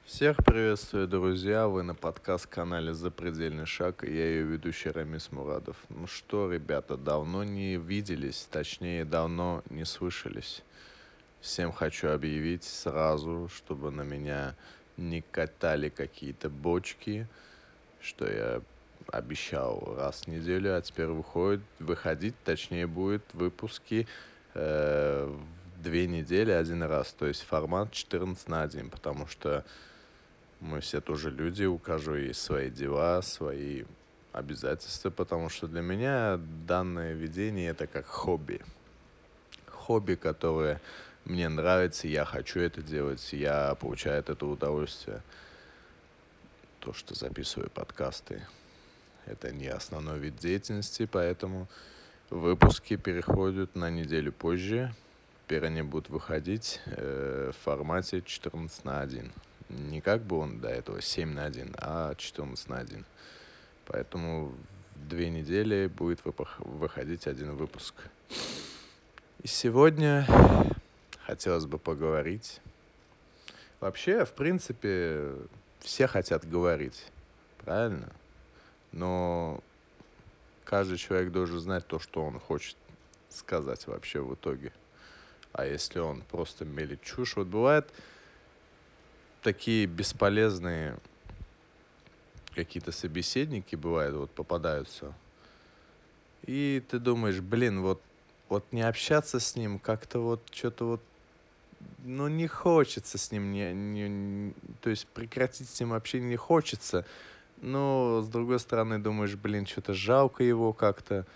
Всех приветствую, друзья! Вы на подкаст-канале «Запредельный шаг», и я ее ведущий Рамис Мурадов. Ну что, ребята, давно не виделись, точнее, давно не слышались. Всем хочу объявить сразу, чтобы на меня не катали какие-то бочки, что я обещал раз в неделю, а теперь выходить, точнее, будет выпуски в 2 недели один раз, то есть формат 14/1, потому что мы все тоже люди, у каждого есть свои дела, свои обязательства, потому что для меня данное видение это как хобби. Хобби, которое мне нравится, я хочу это делать, я получаю от этого удовольствие. То, что записываю подкасты, это не основной вид деятельности, поэтому выпуски переходят на неделю позже. Теперь они будут выходить в формате 14/1. Не как бы он до этого 7/1, а 14/1. Поэтому в 2 недели будет выходить один выпуск. И сегодня хотелось бы поговорить. Вообще, в принципе, все хотят говорить, правильно? Но каждый человек должен знать то, что он хочет сказать вообще в итоге. А если он просто мелит чушь, вот бывает такие бесполезные какие-то собеседники бывают, вот попадаются. И ты думаешь, блин, вот не общаться с ним, как-то вот что-то вот, ну, не хочется с ним, то есть прекратить с ним общение не хочется. Но, с другой стороны, думаешь, блин, что-то жалко его как-то.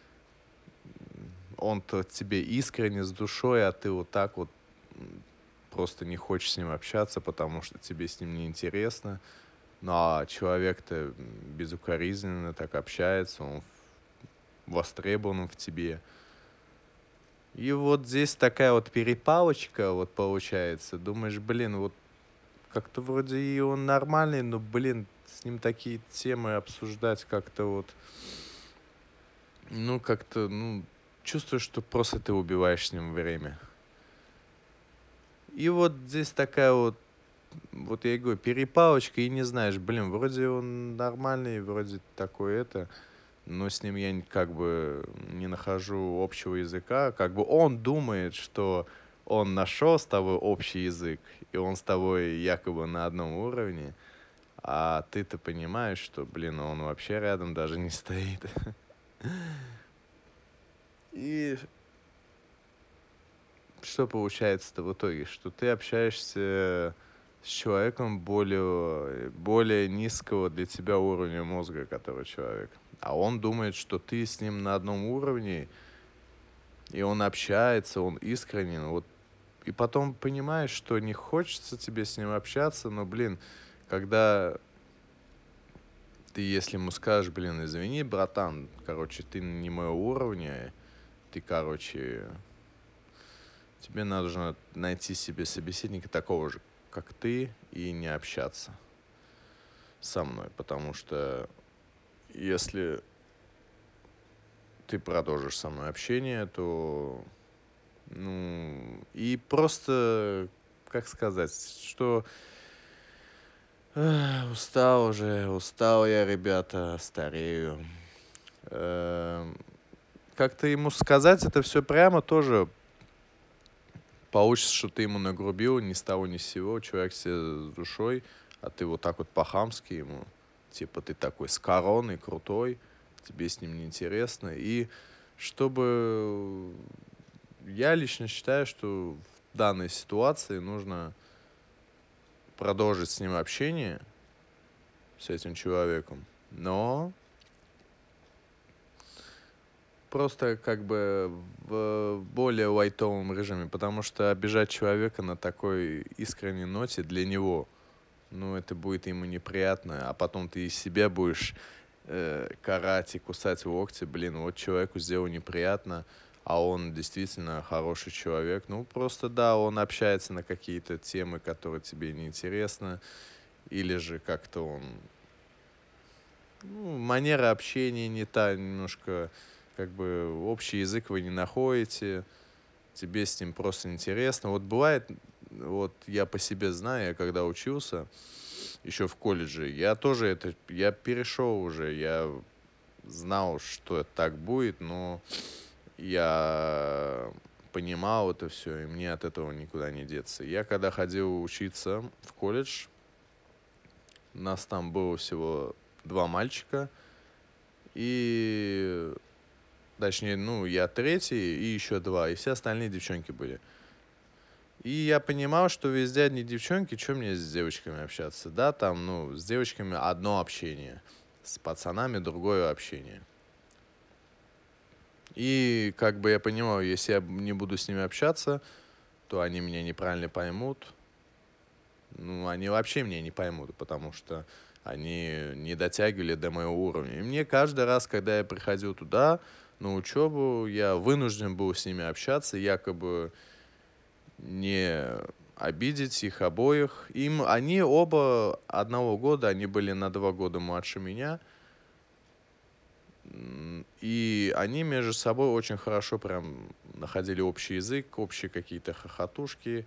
Он-то тебе искренне, с душой, а ты вот так вот просто не хочешь с ним общаться, потому что тебе с ним неинтересно. Ну, а человек-то безукоризненно так общается, он востребован в тебе. И вот здесь такая вот перепалочка вот получается. Думаешь, блин, вот как-то вроде и он нормальный, но, блин, с ним такие темы обсуждать как-то вот, ну, как-то, ну, чувствуешь, что просто ты убиваешь с ним время. И вот здесь такая вот я и говорю, перепалочка, и не знаешь, блин, вроде он нормальный, вроде такой но с ним я как бы не нахожу общего языка. Как бы он думает, что он нашел с тобой общий язык, и он с тобой якобы на одном уровне, а ты-то понимаешь, что, блин, он вообще рядом даже не стоит. И что получается-то в итоге? Что ты общаешься с человеком более низкого для тебя уровня мозга, который человек. А он думает, что ты с ним на одном уровне, и он общается, он искренен. Вот. И потом понимаешь, что не хочется тебе с ним общаться, но, блин, когда ты, если ему скажешь, блин, извини, братан, короче, ты не моего уровня, ты, короче, тебе нужно найти себе собеседника такого же, как ты, и не общаться со мной, потому что если ты продолжишь со мной общение, то, ну, и просто, как сказать, что устал я, ребята, старею. Эм, Как-то ему сказать это все прямо тоже получится, что ты ему нагрубил ни с того ни с сего, человек себе с душой, а ты вот так вот по-хамски ему, типа ты такой с короной, крутой, тебе с ним неинтересно. И чтобы я лично считаю, что в данной ситуации нужно продолжить с ним общение, с этим человеком, но просто как бы в более лайтовом режиме, потому что обижать человека на такой искренней ноте для него, ну, это будет ему неприятно, а потом ты из себя будешь карать и кусать локти, блин, вот человеку сделал неприятно, а он действительно хороший человек, ну, просто да, он общается на какие-то темы, которые тебе неинтересны, или же как-то он, ну, манера общения не та, немножко, как бы, общий язык вы не находите, тебе с ним просто интересно. Вот бывает, вот я по себе знаю, я когда учился, еще в колледже, я перешел уже, я знал, что это так будет, но я понимал это все, и мне от этого никуда не деться. Я когда ходил учиться в колледж, нас там было всего 2 мальчика, и точнее, ну, я третий и еще 2, и все остальные девчонки были. И я понимал, что везде одни девчонки, что мне с девочками общаться? Да, там, ну, с девочками одно общение, с пацанами другое общение. И как бы я понимал, если я не буду с ними общаться, то они меня неправильно поймут. Ну, они вообще меня не поймут, потому что они не дотягивали до моего уровня. И мне каждый раз, когда я приходил туда, на учебу, я вынужден был с ними общаться, якобы не обидеть их обоих. Они оба одного года, они были на 2 года младше меня. И они между собой очень хорошо прям находили общий язык, общие какие-то хохотушки,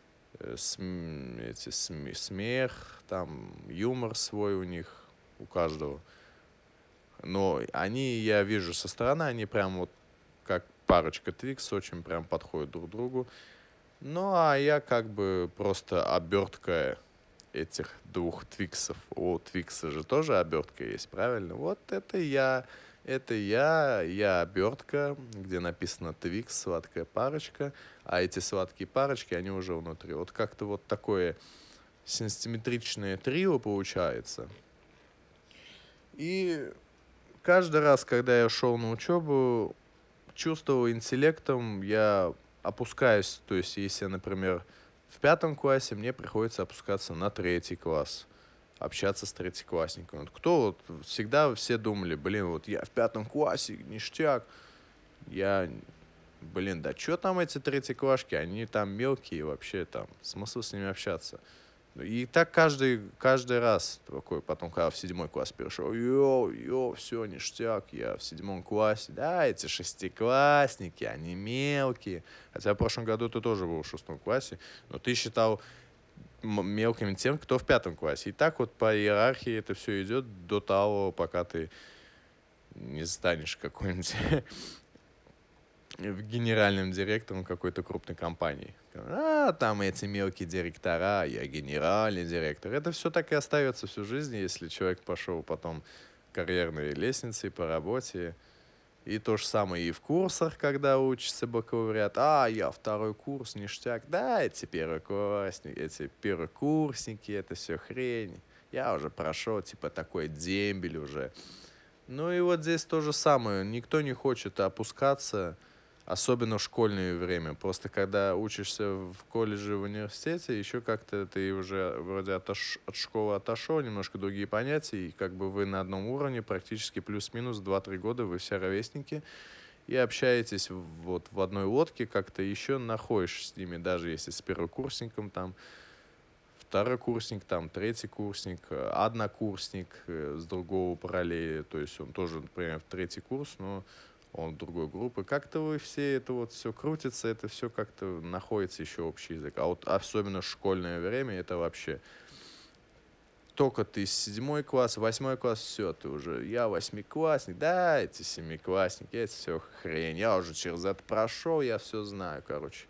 смех, там юмор свой у них, у каждого. Но я вижу со стороны, они прям вот как парочка Твикс, очень прям подходят друг к другу. Ну, а я как бы просто обертка этих 2 Твиксов. У Твикса же тоже обертка есть, правильно? Вот я обертка, где написано Твикс, сладкая парочка, а эти сладкие парочки, они уже внутри. Вот как-то вот такое симметричное трио получается. И каждый раз, когда я шел на учебу, чувствовал интеллектом, я опускаюсь, то есть если, например, в 5 классе, мне приходится опускаться на 3 класс, общаться с третьеклассниками. Вот кто вот всегда все думали, блин, вот я в 5 классе, ништяк, я, блин, да что там эти третьеклашки, они там мелкие вообще, там, смысл с ними общаться. И так каждый раз такой, потом, когда в 7 класс перешел, все, ништяк, я в 7 классе. Да, эти 6-классники, они мелкие. Хотя в прошлом году ты тоже был в 6 классе, но ты считал мелкими тем, кто в 5 классе. И так вот по иерархии это все идет до того, пока ты не станешь какой-нибудь генеральным директором какой-то крупной компании. Там эти мелкие директора, я генеральный директор. Это все так и остается всю жизнь, если человек пошел потом карьерной лестницей по работе. И то же самое и в курсах, когда учится бакалавриат. Я 2 курс, ништяк. Да, эти первоклассники, эти первокурсники, это все хрень. Я уже прошел, типа, такой дембель уже. Ну и вот здесь то же самое. Никто не хочет опускаться, особенно в школьное время. Просто когда учишься в колледже, в университете, еще как-то ты уже вроде от школы отошел, немножко другие понятия, и как бы вы на одном уровне, практически плюс-минус 2-3 года, вы все ровесники, и общаетесь вот в одной лодке, как-то еще находишь с ними, даже если с первокурсником там, 2-курсник, там, 3-курсник, однокурсник с другого параллели, то есть он тоже, например, в 3-курс, но он другой группы. Как-то вы все это вот все крутится, это все как-то находится еще общий язык. А вот особенно в школьное время это вообще только ты 7 класс, 8 класс, все, ты уже, я 8-классник, да, эти 7-классники, это все хрень, я уже через это прошел, я все знаю, короче.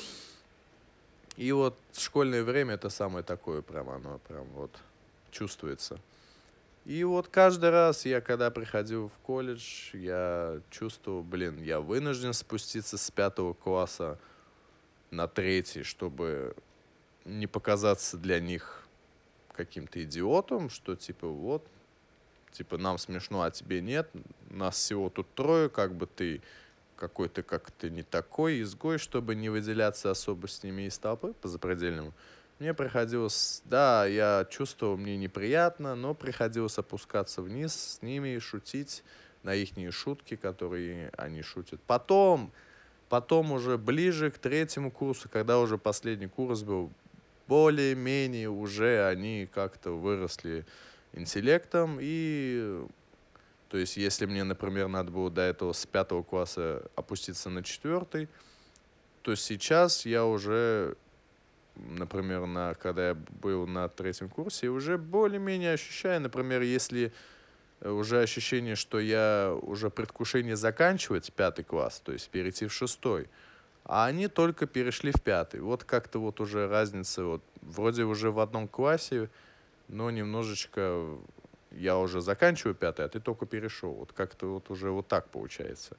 И вот школьное время это самое такое, прям оно прям вот чувствуется. И вот каждый раз я, когда приходил в колледж, я чувствовал, блин, я вынужден спуститься с 5 класса на 3, чтобы не показаться для них каким-то идиотом, что типа вот, типа нам смешно, а тебе нет, нас всего тут 3, как бы ты какой-то как-то не такой изгой, чтобы не выделяться особо с ними из толпы по запредельному. Мне приходилось, да, я чувствовал, мне неприятно, но приходилось опускаться вниз с ними и шутить на ихние шутки, которые они шутят. Потом уже ближе к 3 курсу, когда уже последний курс был, более-менее уже они как-то выросли интеллектом. И то есть если мне, например, надо было до этого с 5 класса опуститься на 4, то сейчас я уже например, когда я был на третьем курсе, уже более-менее ощущаю, например, если уже ощущение, что я уже предвкушение заканчивать 5 класс, то есть перейти в 6, а они только перешли в 5. Вот как-то вот уже разница, вот вроде уже в одном классе, но немножечко я уже заканчиваю 5, а ты только перешел. Вот как-то вот уже вот так получается.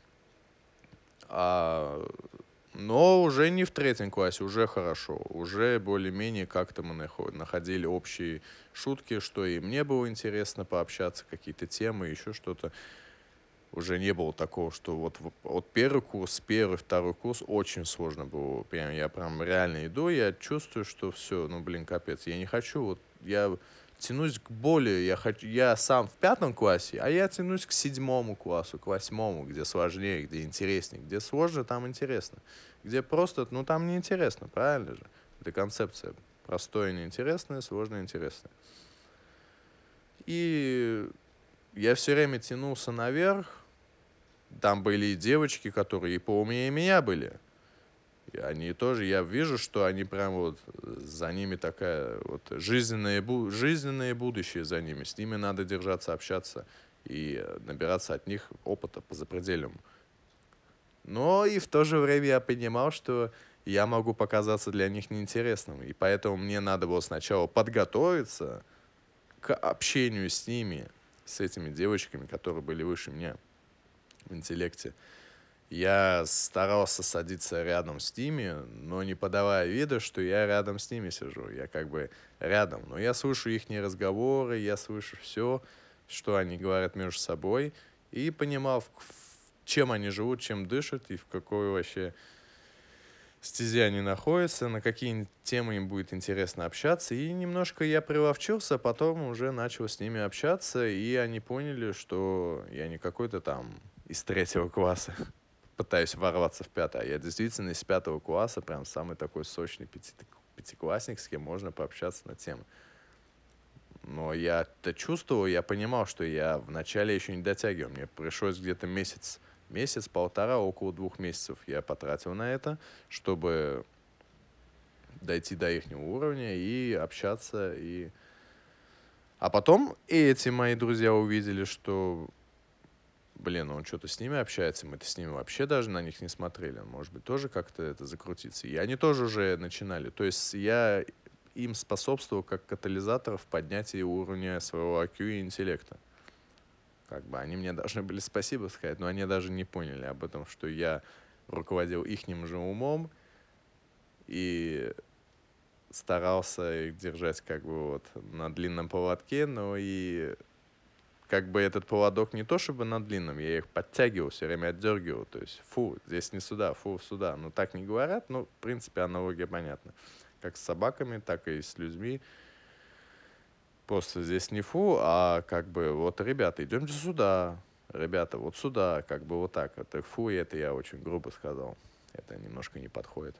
А, но уже не в 3 классе, уже хорошо. Уже более-менее как-то мы находили общие шутки, что и мне было интересно пообщаться, какие-то темы, еще что-то. Уже не было такого, что вот первый курс, первый, второй курс очень сложно было. Прям, я прям реально иду, я чувствую, что все, ну, блин, капец. Я не хочу, вот я тянусь к более, я сам в 5 классе, а я тянусь к 7 классу, к 8, где сложнее, где интереснее. Где сложно, там интересно. Где просто, ну, там неинтересно, правильно же? Это концепция. Простое неинтересное, сложное интересное. И я все время тянулся наверх. Там были и девочки, которые и поумнее меня были. И они тоже, я вижу, что они прям вот, за ними такая вот жизненное будущее за ними. С ними надо держаться, общаться и набираться от них опыта по запредельному. Но и в то же время я понимал, что я могу показаться для них неинтересным. И поэтому мне надо было сначала подготовиться к общению с ними, с этими девочками, которые были выше меня в интеллекте. Я старался садиться рядом с ними, но не подавая вида, что я рядом с ними сижу. Я как бы рядом. Но я слышу их разговоры, я слышу все, что они говорят между собой. И понимал, чем они живут, чем дышат, и в какой вообще стезе они находятся, на какие темы им будет интересно общаться. И немножко я приловчился, потом уже начал с ними общаться, и они поняли, что я не какой-то там из 3 класса пытаюсь ворваться в 5, а я действительно из 5 класса прям самый такой сочный пятиклассник, с кем можно пообщаться на темы. Но я это чувствовал, я понимал, что я вначале еще не дотягивал. Мне пришлось где-то месяц-полтора, около 2 месяцев я потратил на это, чтобы дойти до их уровня и общаться. А потом и эти мои друзья увидели, что, блин, он что-то с ними общается, мы-то с ними вообще даже на них не смотрели. Может быть, тоже как-то это закрутится. И они тоже уже начинали. То есть я им способствовал как катализатор в поднятии уровня своего IQ и интеллекта. Как бы они мне должны были спасибо сказать, но они даже не поняли об этом, что я руководил ихним же умом и старался их держать как бы вот на длинном поводке, но и как бы этот поводок не то чтобы на длинном, я их подтягивал, все время отдергивал, то есть фу, здесь не сюда, фу, сюда. Ну так не говорят, но в принципе аналогия понятна. Как с собаками, так и с людьми. Просто здесь не фу, а как бы вот, ребята, идемте сюда, ребята, вот сюда, как бы вот так. Это фу, и это я очень грубо сказал. Это немножко не подходит.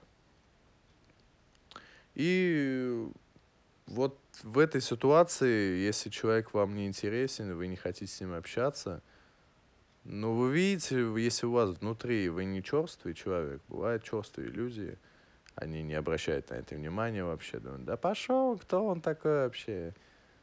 И вот в этой ситуации, если человек вам не интересен, вы не хотите с ним общаться, ну, вы видите, если у вас внутри вы не черствый человек, бывают черствые люди, они не обращают на это внимания вообще, думают, да пошел, кто он такой вообще?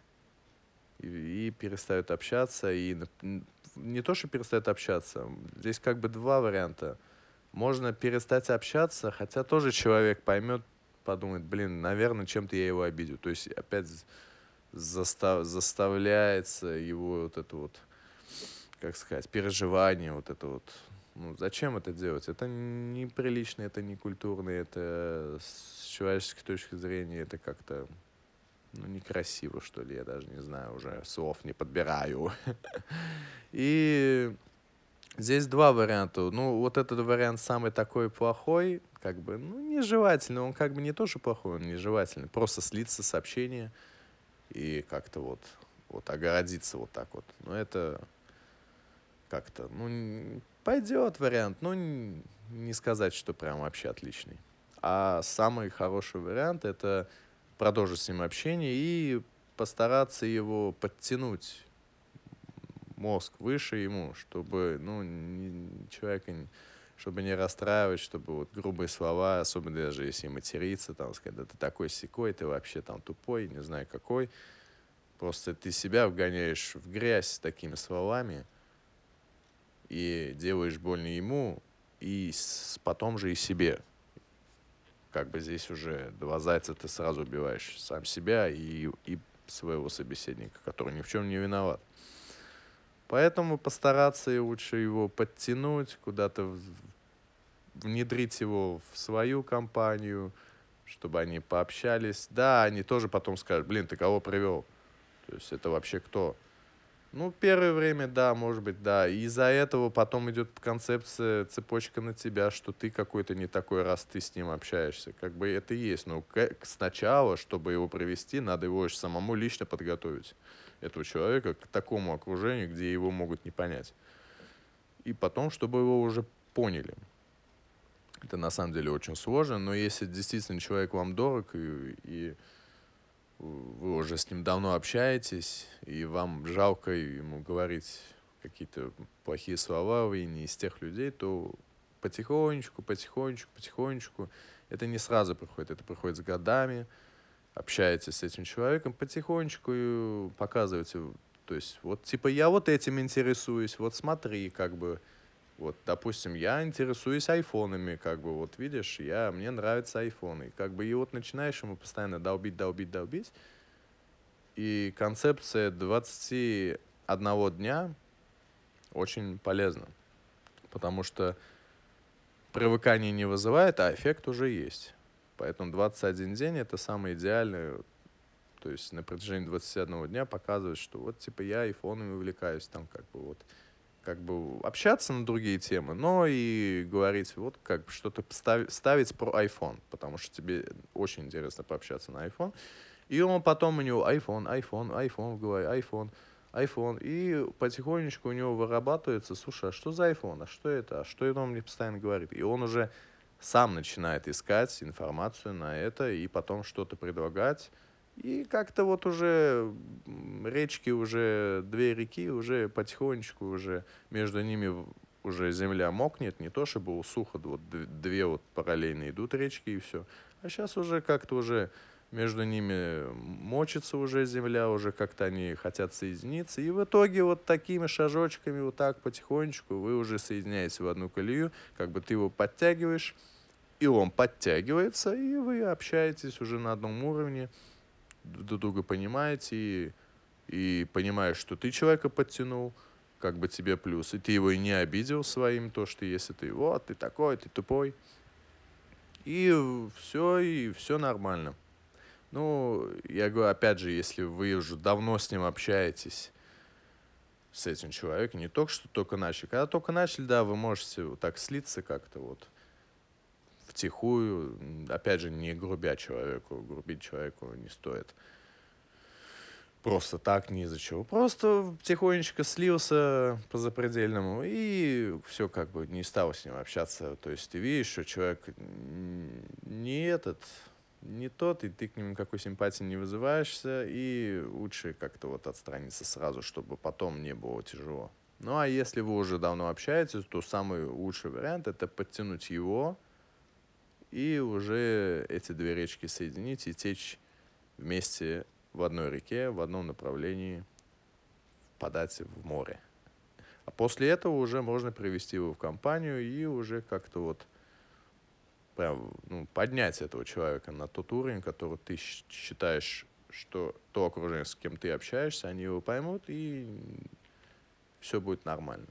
И перестают общаться, и не то, что перестают общаться, здесь как бы два варианта. Можно перестать общаться, хотя тоже человек поймет, подумает, блин, наверное, чем-то я его обидел. То есть опять заставляется его вот это вот, как сказать, переживание, вот это вот. Ну, зачем это делать? Это неприлично, это не культурно, это с человеческой точки зрения, это как-то, ну, некрасиво, что ли, я даже не знаю, уже слов не подбираю. И здесь два варианта. Ну, вот этот вариант самый такой плохой, как бы, ну, нежелательный. Он как бы не то, что плохой, он нежелательный. Просто слиться сообщение и как-то вот огородиться вот так вот. Но это как-то, ну, пойдет вариант, но не сказать, что прям вообще отличный. А самый хороший вариант — это продолжить с ним общение и постараться его подтянуть, мозг выше ему, чтобы, ну, человека, чтобы не расстраивать, чтобы вот грубые слова, особенно даже если материться, там сказать, да ты такой сякой, ты вообще там тупой, не знаю какой. Просто ты себя вгоняешь в грязь такими словами и делаешь больно ему, и потом же и себе. Как бы здесь уже два зайца ты сразу убиваешь сам себя и своего собеседника, который ни в чем не виноват. Поэтому постараться и лучше его подтянуть, куда-то внедрить его в свою компанию, чтобы они пообщались. Да, они тоже потом скажут, блин, ты кого привел? То есть это вообще кто? Ну, первое время, да, может быть, да. И из-за этого потом идет концепция, цепочка на тебя, что ты какой-то не такой, раз ты с ним общаешься. Как бы это и есть. Но сначала, чтобы его провести, надо его самому лично подготовить. Этого человека к такому окружению, где его могут не понять. И потом, чтобы его уже поняли. Это на самом деле очень сложно, но если действительно человек вам дорог, и вы уже с ним давно общаетесь, и вам жалко ему говорить какие-то плохие слова, вы не из тех людей, то потихонечку, потихонечку, потихонечку, это не сразу приходит, это приходит с годами, общаетесь с этим человеком, потихонечку и показываете, то есть вот типа я вот этим интересуюсь, вот смотри, как бы, вот, допустим, я интересуюсь айфонами, как бы, вот видишь, мне нравятся айфоны, как бы, и вот начинаешь ему постоянно долбить, долбить, долбить, и концепция 21 дня очень полезна, потому что привыкание не вызывает, а эффект уже есть. Поэтому 21 день — это самый идеальный, то есть на протяжении 21 дня показывать, что вот типа я айфонами увлекаюсь, там как бы вот, как бы общаться на другие темы, но и говорить вот как бы что-то ставить про iPhone, потому что тебе очень интересно пообщаться на iPhone. И он потом у него iPhone в голове, iPhone. И потихонечку у него вырабатывается, слушай, а что за iPhone, а что это он мне постоянно говорит? И он уже сам начинает искать информацию на это и потом что-то предлагать. И как-то вот уже речки, уже две реки, уже потихонечку уже между ними уже земля мокнет, не то чтобы сухо, вот две вот параллельно идут речки и все. А сейчас уже как-то уже между ними мочится уже земля, уже как-то они хотят соединиться. И в итоге вот такими шажочками, вот так потихонечку вы уже соединяетесь в одну колею, как бы ты его подтягиваешь, и он подтягивается, и вы общаетесь уже на одном уровне, друг друга понимаете, и понимаешь, что ты человека подтянул, как бы тебе плюс, и ты его и не обидел своим, то, что если ты вот, ты такой, ты тупой, и все нормально. Ну, я говорю, опять же, если вы уже давно с ним общаетесь, с этим человеком, не только что только начали. Когда только начали, да, вы можете вот так слиться как-то вот втихую, опять же, не грубя человеку, грубить человеку не стоит. Просто так, ни из-за чего. Просто тихонечко слился по запредельному и все, как бы не стал с ним общаться. То есть ты видишь, что человек не этот, не тот, и ты к нему никакой симпатии не вызываешься, и лучше как-то вот отстраниться сразу, чтобы потом не было тяжело. Ну, а если вы уже давно общаетесь, то самый лучший вариант — это подтянуть его и уже эти две речки соединить и течь вместе в одной реке, в одном направлении, впадать в море. А после этого уже можно привести его в компанию и уже как-то вот прям, ну, поднять этого человека на тот уровень, который ты считаешь, что то окружение, с кем ты общаешься, они его поймут, и все будет нормально.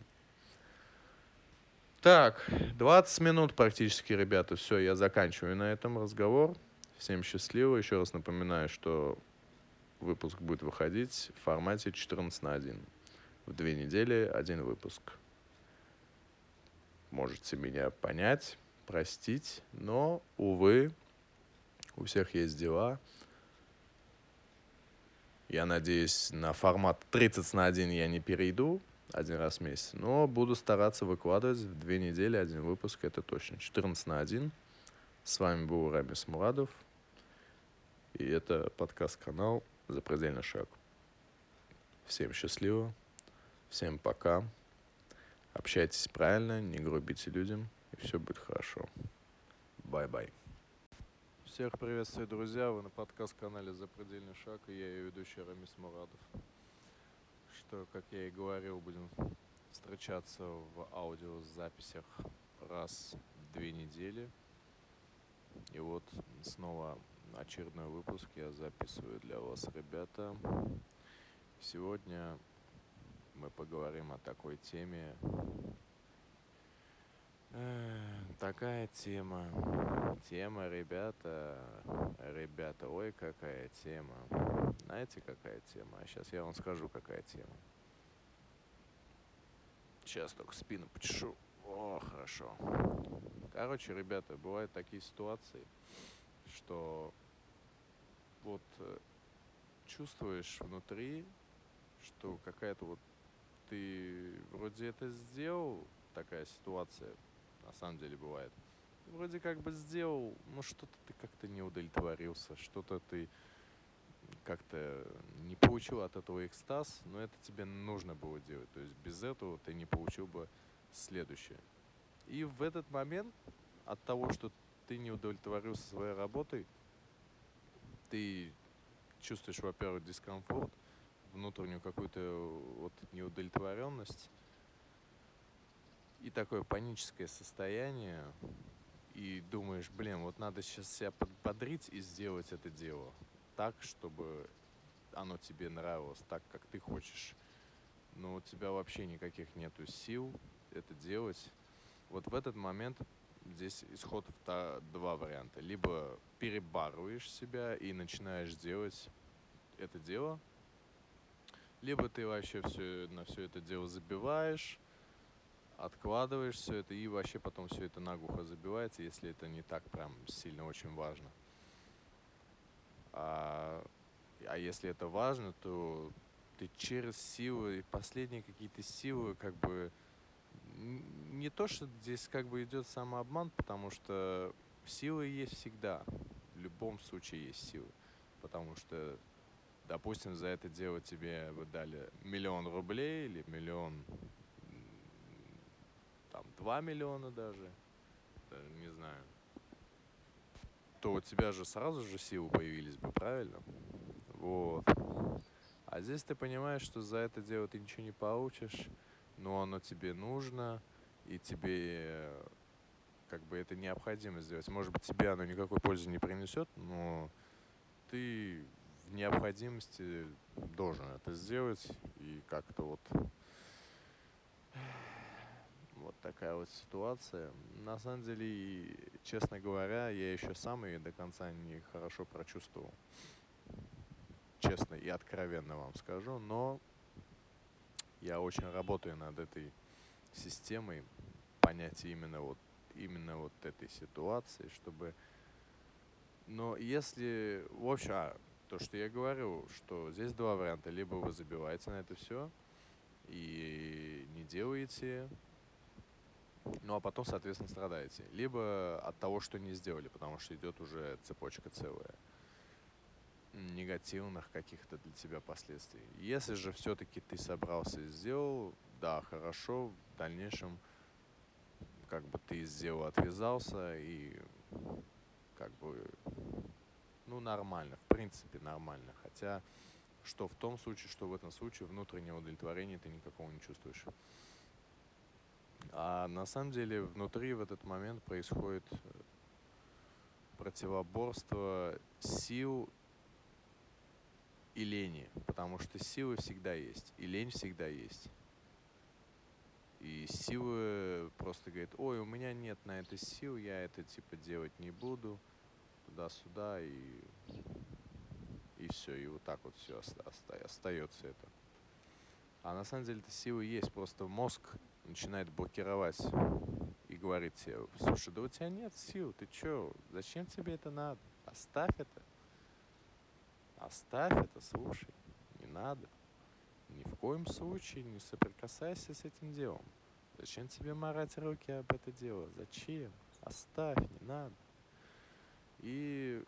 Так, 20 минут практически, ребята. Все, я заканчиваю на этом разговор. Всем счастливо. Еще раз напоминаю, что выпуск будет выходить в формате 14/1. В 2 недели 1 выпуск. Можете меня понять, простить, но, увы, у всех есть дела. Я надеюсь, на формат 30/1 я не перейду 1 раз в месяц, но буду стараться выкладывать в 2 недели 1 выпуск, это точно. 14/1. С вами был Рамис Мурадов, и это подкаст-канал «Запредельный шаг». Всем счастливо, всем пока. Общайтесь правильно, не грубите людям, и все будет хорошо. Бай-бай. Всех приветствую, друзья. Вы на подкаст-канале «Запредельный шаг», и я ее ведущий Рамис Мурадов. Что, как я и говорил, будем встречаться в аудиозаписях раз в 2 недели. И вот снова очередной выпуск я записываю для вас, ребята. Сегодня мы поговорим о такой теме. Такая тема, ребята, ой, какая тема. Знаете, какая тема? А сейчас я вам скажу, какая тема. Сейчас только спину почешу. О, хорошо. Короче, ребята, бывают такие ситуации, что вот чувствуешь внутри, что какая-то вот ты вроде это сделал, такая ситуация на самом деле бывает. Ты вроде как бы сделал, но что-то ты как-то не удовлетворился, что-то ты как-то не получил от этого экстаз, но это тебе нужно было делать. То есть без этого ты не получил бы следующее. И в этот момент от того, что ты не удовлетворился своей работой, ты чувствуешь, во-первых, дискомфорт, внутреннюю какую-то вот неудовлетворенность и такое паническое состояние, и думаешь, блин, вот надо сейчас себя подбодрить и сделать это дело так, чтобы оно тебе нравилось, так, как ты хочешь. Но у тебя вообще никаких нету сил это делать. Вот в этот момент здесь исход два варианта. Либо перебарываешь себя и начинаешь делать это дело, либо ты вообще на все это дело забиваешь, откладываешь все это, и вообще потом все это наглухо забивается, если это не так прям сильно очень важно. А если это важно, то ты через силы и последние какие-то силы как бы не то, что здесь как бы идет самообман, потому что силы есть всегда. В любом случае есть силы. Потому что, допустим, за это дело тебе бы дали 1 000 000 рублей или 1 000 000, там, 2 миллиона даже не знаю, то у тебя же сразу же силы появились бы, правильно? Вот. А здесь ты понимаешь, что за это дело ты ничего не получишь, но оно тебе нужно, и тебе как бы это необходимо сделать. Может быть, тебе оно никакой пользы не принесет, но ты в необходимости должен это сделать, и как-то вот такая вот ситуация. На самом деле, честно говоря, я еще сам ее до конца не хорошо прочувствовал. Честно и откровенно вам скажу, но я очень работаю над этой системой, понятия именно вот этой ситуации, чтобы... Но если... В общем, то, что я говорю, что здесь два варианта. Либо вы забиваете на это все и не делаете, ну а потом, соответственно, страдаете. Либо от того, что не сделали, потому что идет уже цепочка целая негативных каких-то для тебя последствий. Если же все-таки ты собрался и сделал, да, хорошо, в дальнейшем как бы ты сделал, отвязался и как бы, ну, нормально, в принципе, нормально. Хотя, что в том случае, что в этом случае внутреннего удовлетворения ты никакого не чувствуешь. А на самом деле внутри в этот момент происходит противоборство сил и лени, потому что силы всегда есть, и лень всегда есть. И силы просто говорят, ой, у меня нет на это сил, я это типа делать не буду, туда-сюда, и все, и вот так вот все остается это. А на самом деле-то силы есть, просто мозг начинает блокировать и говорит тебе, слушай, да у тебя нет сил, ты чё, зачем тебе это надо? Оставь это, слушай, не надо. Ни в коем случае не соприкасайся с этим делом. Зачем тебе марать руки об это дело? Зачем? Оставь, не надо. И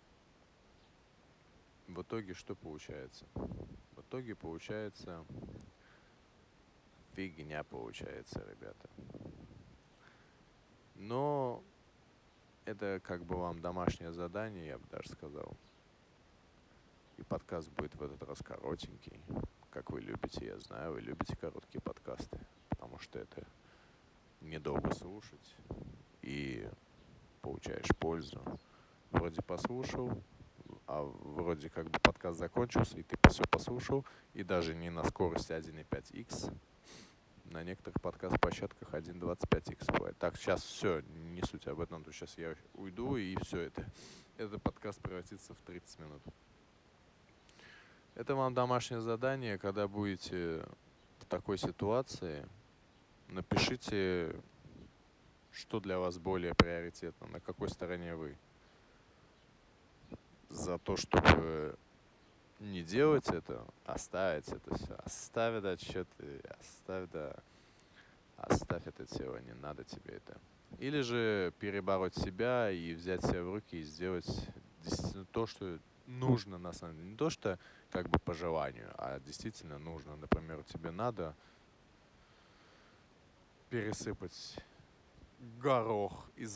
в итоге что получается? В итоге получается фигня получается, ребята. Но это как бы вам домашнее задание, я бы даже сказал. И подкаст будет в этот раз коротенький, как вы любите, я знаю, вы любите короткие подкасты, потому что это недолго слушать и получаешь пользу. Вроде послушал, а вроде как бы подкаст закончился, и ты все послушал, и даже не на скорости 1,5х, на некоторых подкаст-площадках 1,25х бывает. Так, сейчас все, не суть об этом, то сейчас я уйду, и все это. Этот подкаст превратится в 30 минут. Это вам домашнее задание, когда будете в такой ситуации, напишите, что для вас более приоритетно, на какой стороне вы. За то, чтобы не делать это, оставить это все. Оставь отчеты, оставь это тело, не надо тебе это. Или же перебороть себя и взять себя в руки и сделать действительно то, что нужно на самом деле. Не то, что как бы по желанию, а действительно нужно. Например, тебе надо пересыпать горох из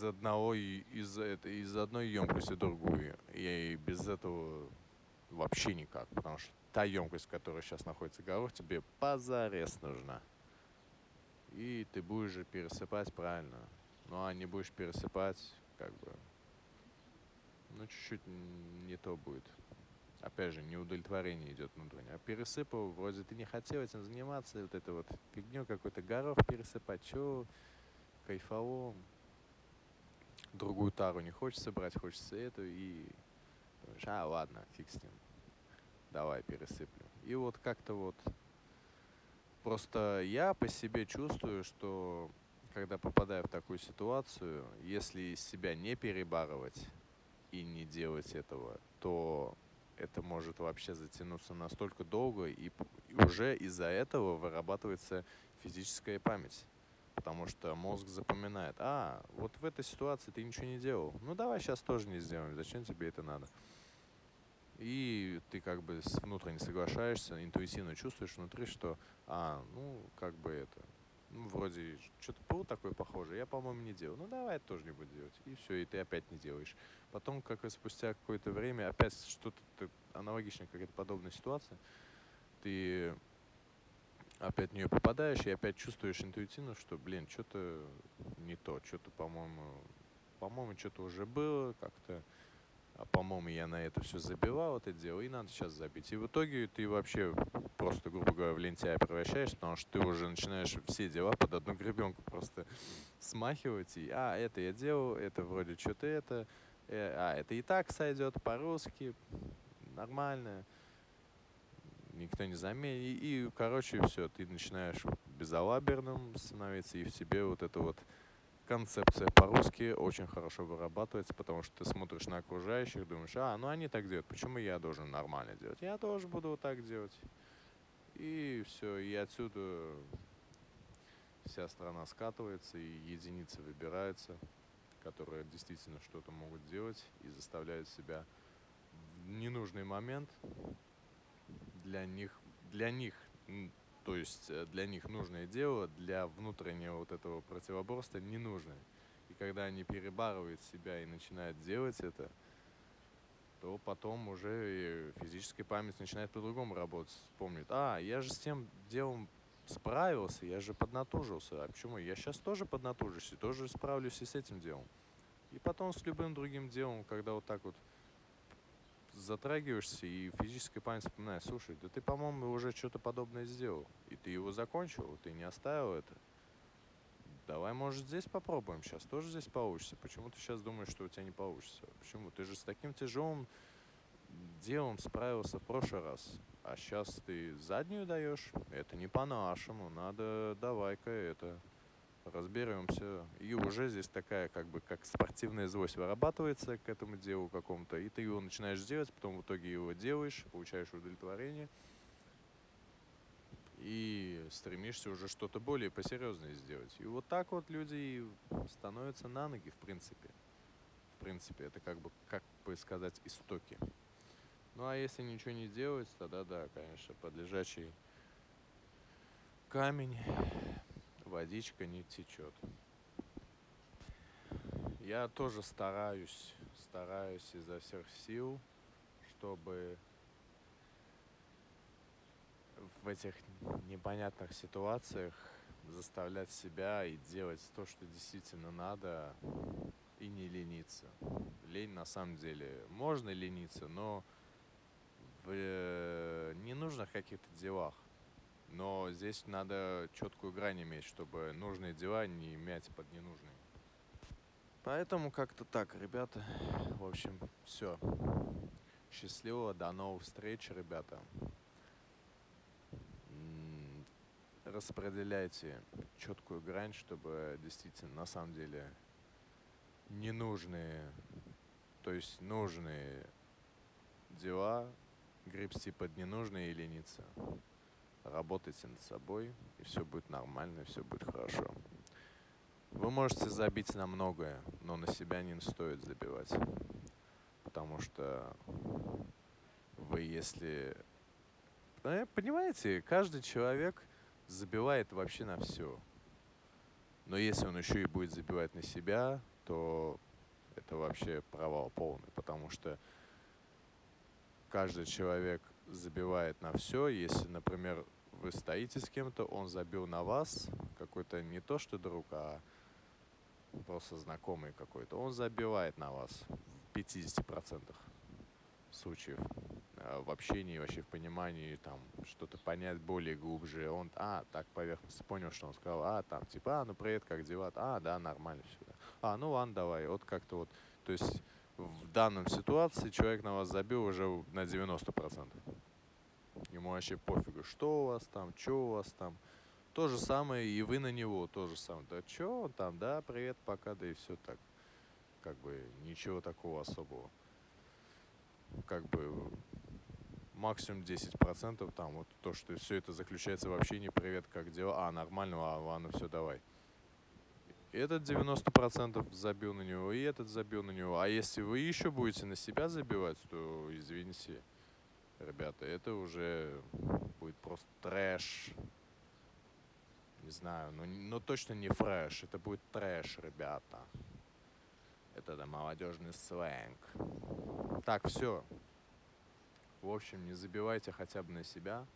одной емкости в другую. И без этого вообще никак. Потому что та емкость, в которой сейчас находится горох, тебе позарез нужна. И ты будешь же пересыпать правильно. Ну а не будешь пересыпать, как бы, ну чуть-чуть не то будет. Опять же, неудовлетворение идет внутреннее. А пересыпал, вроде ты не хотел этим заниматься, вот это вот фигню какой-то горох пересыпать, чё, кайфово. Другую тару не хочется брать, хочется эту, и думаешь, ладно, фиг с ним, давай пересыплю. И вот как-то вот, просто я по себе чувствую, что когда попадаю в такую ситуацию, если себя не перебарывать и не делать этого, то это может вообще затянуться настолько долго, и уже из-за этого вырабатывается физическая память. Потому что мозг запоминает, вот в этой ситуации ты ничего не делал. Ну давай сейчас тоже не сделаем, зачем тебе это надо? И ты как бы внутренне соглашаешься, интуитивно чувствуешь внутри, что, ну как бы это, ну вроде что-то было такое похожее, я, по-моему, не делал. Ну давай это тоже не буду делать. И все, и ты опять не делаешь. Потом, как и спустя какое-то время, опять что-то аналогичная какая-то подобная ситуация, ты опять в нее попадаешь и опять чувствуешь интуитивно, что, блин, что-то не то, что-то, по-моему, что-то уже было как-то, по-моему, я на это все забивал, это дело, и надо сейчас забить. И в итоге ты вообще просто, грубо говоря, в лентяя превращаешься, потому что ты уже начинаешь все дела под одну гребенку просто смахивать, и, это я делал, это вроде что-то это и так сойдет по-русски, нормально, никто не заметит. Короче, все, ты начинаешь безалаберным становиться, и в тебе вот эта вот концепция по-русски очень хорошо вырабатывается, потому что ты смотришь на окружающих, думаешь, ну они так делают, почему я должен нормально делать? Я тоже буду вот так делать. И все, и отсюда вся страна скатывается, и единицы выбираются, которые действительно что-то могут делать и заставляют себя в ненужный момент для них, то есть для них нужное дело, для внутреннего вот этого противоборства ненужное. И когда они перебарывают себя и начинают делать это, то потом уже и физическая память начинает по-другому работать. Вспомнит, я же с тем делом справился, я же поднатужился. А почему? Я сейчас тоже поднатужусь и тоже справлюсь и с этим делом. И потом с любым другим делом, когда вот так вот затрагиваешься, и физическая память вспоминает, слушай, да ты, по-моему, уже что-то подобное сделал, и ты его закончил, ты не оставил это. Давай, может, здесь попробуем, сейчас тоже здесь получится. Почему ты сейчас думаешь, что у тебя не получится? Почему? Ты же с таким тяжелым делом справился в прошлый раз, а сейчас ты заднюю даешь? Это не по-нашему, надо, давай-ка это, разберемся. И уже здесь такая, как бы, как спортивная злость вырабатывается к этому делу какому-то, и ты его начинаешь делать, потом в итоге его делаешь, получаешь удовлетворение, и стремишься уже что-то более посерьезное сделать. И вот так вот люди становятся на ноги, в принципе. В принципе, это как бы сказать, истоки. Ну а если ничего не делать, тогда да, конечно, под лежачий камень водичка не течет. Я тоже стараюсь изо всех сил, чтобы в этих непонятных ситуациях заставлять себя и делать то, что действительно надо, и не лениться. Лень на самом деле можно лениться, но в ненужных каких-то делах. Но здесь надо четкую грань иметь, чтобы нужные дела не мять под ненужные. Поэтому как-то так, ребята. В общем, все. Счастливо, до новых встреч, ребята. Распределяйте четкую грань, чтобы действительно, на самом деле, ненужные, то есть нужные дела гребсти под ненужные и лениться. Работайте над собой, и все будет нормально, и все будет хорошо. Вы можете забить на многое, но на себя не стоит забивать. Потому что вы, если... Понимаете, каждый человек забивает вообще на все. Но если он еще и будет забивать на себя, то это вообще провал полный. Потому что каждый человек забивает на все. Если, например, вы стоите с кем-то, он забил на вас, какой-то не то что друг, а просто знакомый какой-то, он забивает на вас в 50% случаев. В общении, вообще в понимании, там, что-то понять более глубже. Он, так поверхностно понял, что он сказал, там, типа, ну привет, как дела? Да, нормально все. Да. Ну ладно, давай. Вот как-то вот, то есть в данном ситуации человек на вас забил уже на 90%. Ему вообще пофигу, что у вас там, что у вас там. То же самое и вы на него, то же самое. Да что он там, да, привет, пока, да и все так. Как бы ничего такого особого. Как бы максимум 10% там вот то, что все это заключается в общении, привет, как дела, нормально, ладно, все, давай. И этот 90% забил на него, и этот забил на него. А если вы еще будете на себя забивать, то, извините, ребята, это уже будет просто трэш. Не знаю, но точно не фреш, это будет трэш, ребята. Это да, молодежный сленг. Так, все. В общем, не забивайте хотя бы на себя,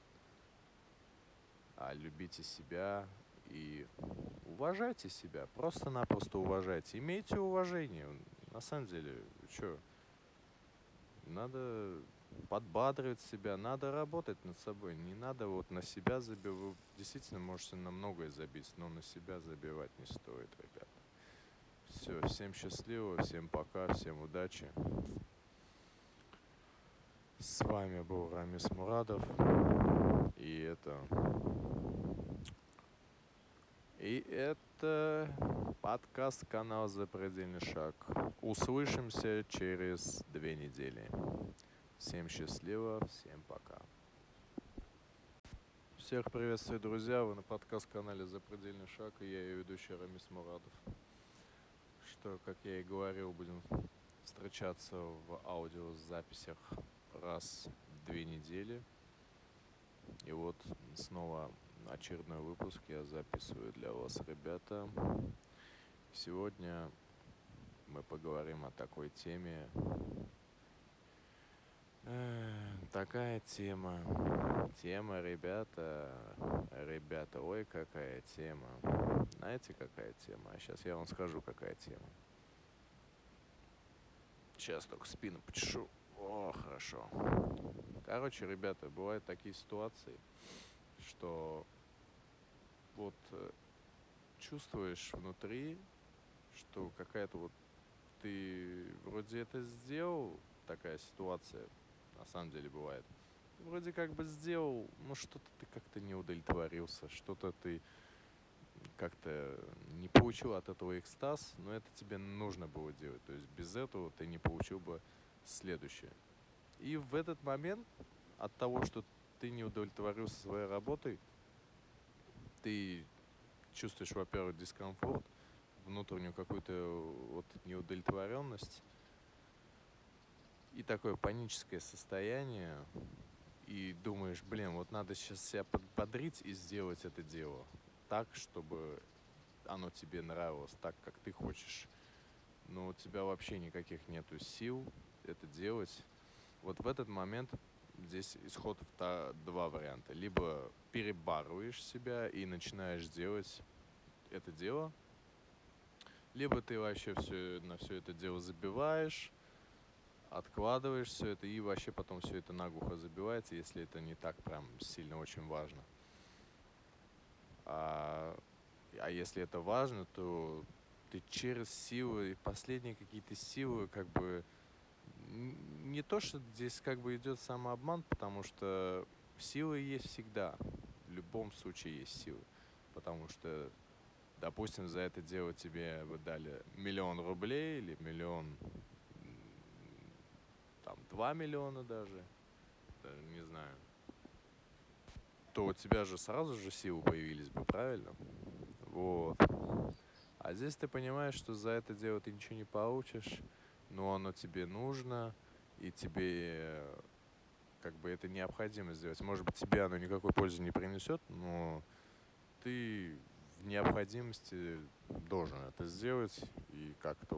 а любите себя и уважайте себя. Просто-напросто уважайте. Имейте уважение. На самом деле, что? Надо подбадривать себя, надо работать над собой. Не надо вот на себя забивать. Вы действительно можете на многое забить, но на себя забивать не стоит, ребята. Все, всем счастливо, всем пока, всем удачи. С вами был Рамис Мурадов. И это подкаст канала «Запредельный шаг». Услышимся через 2 недели. Всем счастливо, всем пока. Всех приветствую, друзья. Вы на подкаст-канале «Запредельный шаг», и я ее ведущий Рамис Мурадов. Что, как я и говорил, будем встречаться в аудиозаписях раз в 2 недели. И вот снова очередной выпуск я записываю для вас, ребята. Сегодня мы поговорим о такой теме. Такая тема. Ребята, ой, какая тема. Знаете, какая тема? А сейчас я вам скажу, какая тема. Сейчас только спину почешу. О, хорошо. Короче, ребята, бывают такие ситуации, что вот чувствуешь внутри, что какая-то вот ты вроде это сделал, такая ситуация на самом деле бывает. Вроде как бы сделал, но что-то ты как-то не удовлетворился, что-то ты как-то не получил от этого экстаз, но это тебе нужно было делать. То есть без этого ты не получил бы следующее. И в этот момент от того, что ты не удовлетворился своей работой, ты чувствуешь, во-первых, дискомфорт, внутреннюю какую-то вот неудовлетворенность и такое паническое состояние, и думаешь, вот надо сейчас себя подбодрить и сделать это дело так, чтобы оно тебе нравилось, так, как ты хочешь. но у тебя вообще никаких нету сил это делать. Вот в этот момент здесь исход два варианта. Либо перебарываешь себя и начинаешь делать это дело, либо ты вообще на все это дело забиваешь, откладываешь все это и вообще потом все это наглухо забивается, если это не так прям сильно очень важно. А, а если это важно, то ты через силы, последние какие-то силы, как бы не то, что здесь как бы идет самообман, потому что силы есть всегда. В любом случае есть силы. Потому что, допустим, за это дело тебе бы дали 1 000 000 рублей или там 2 миллиона даже не знаю, то у тебя же сразу же силы появились бы, правильно? Вот. А здесь ты понимаешь, что за это дело ты ничего не получишь, но оно тебе нужно, и тебе как бы это необходимо сделать. Может быть, тебе оно никакой пользы не принесет, но ты в необходимости должен это сделать, и как-то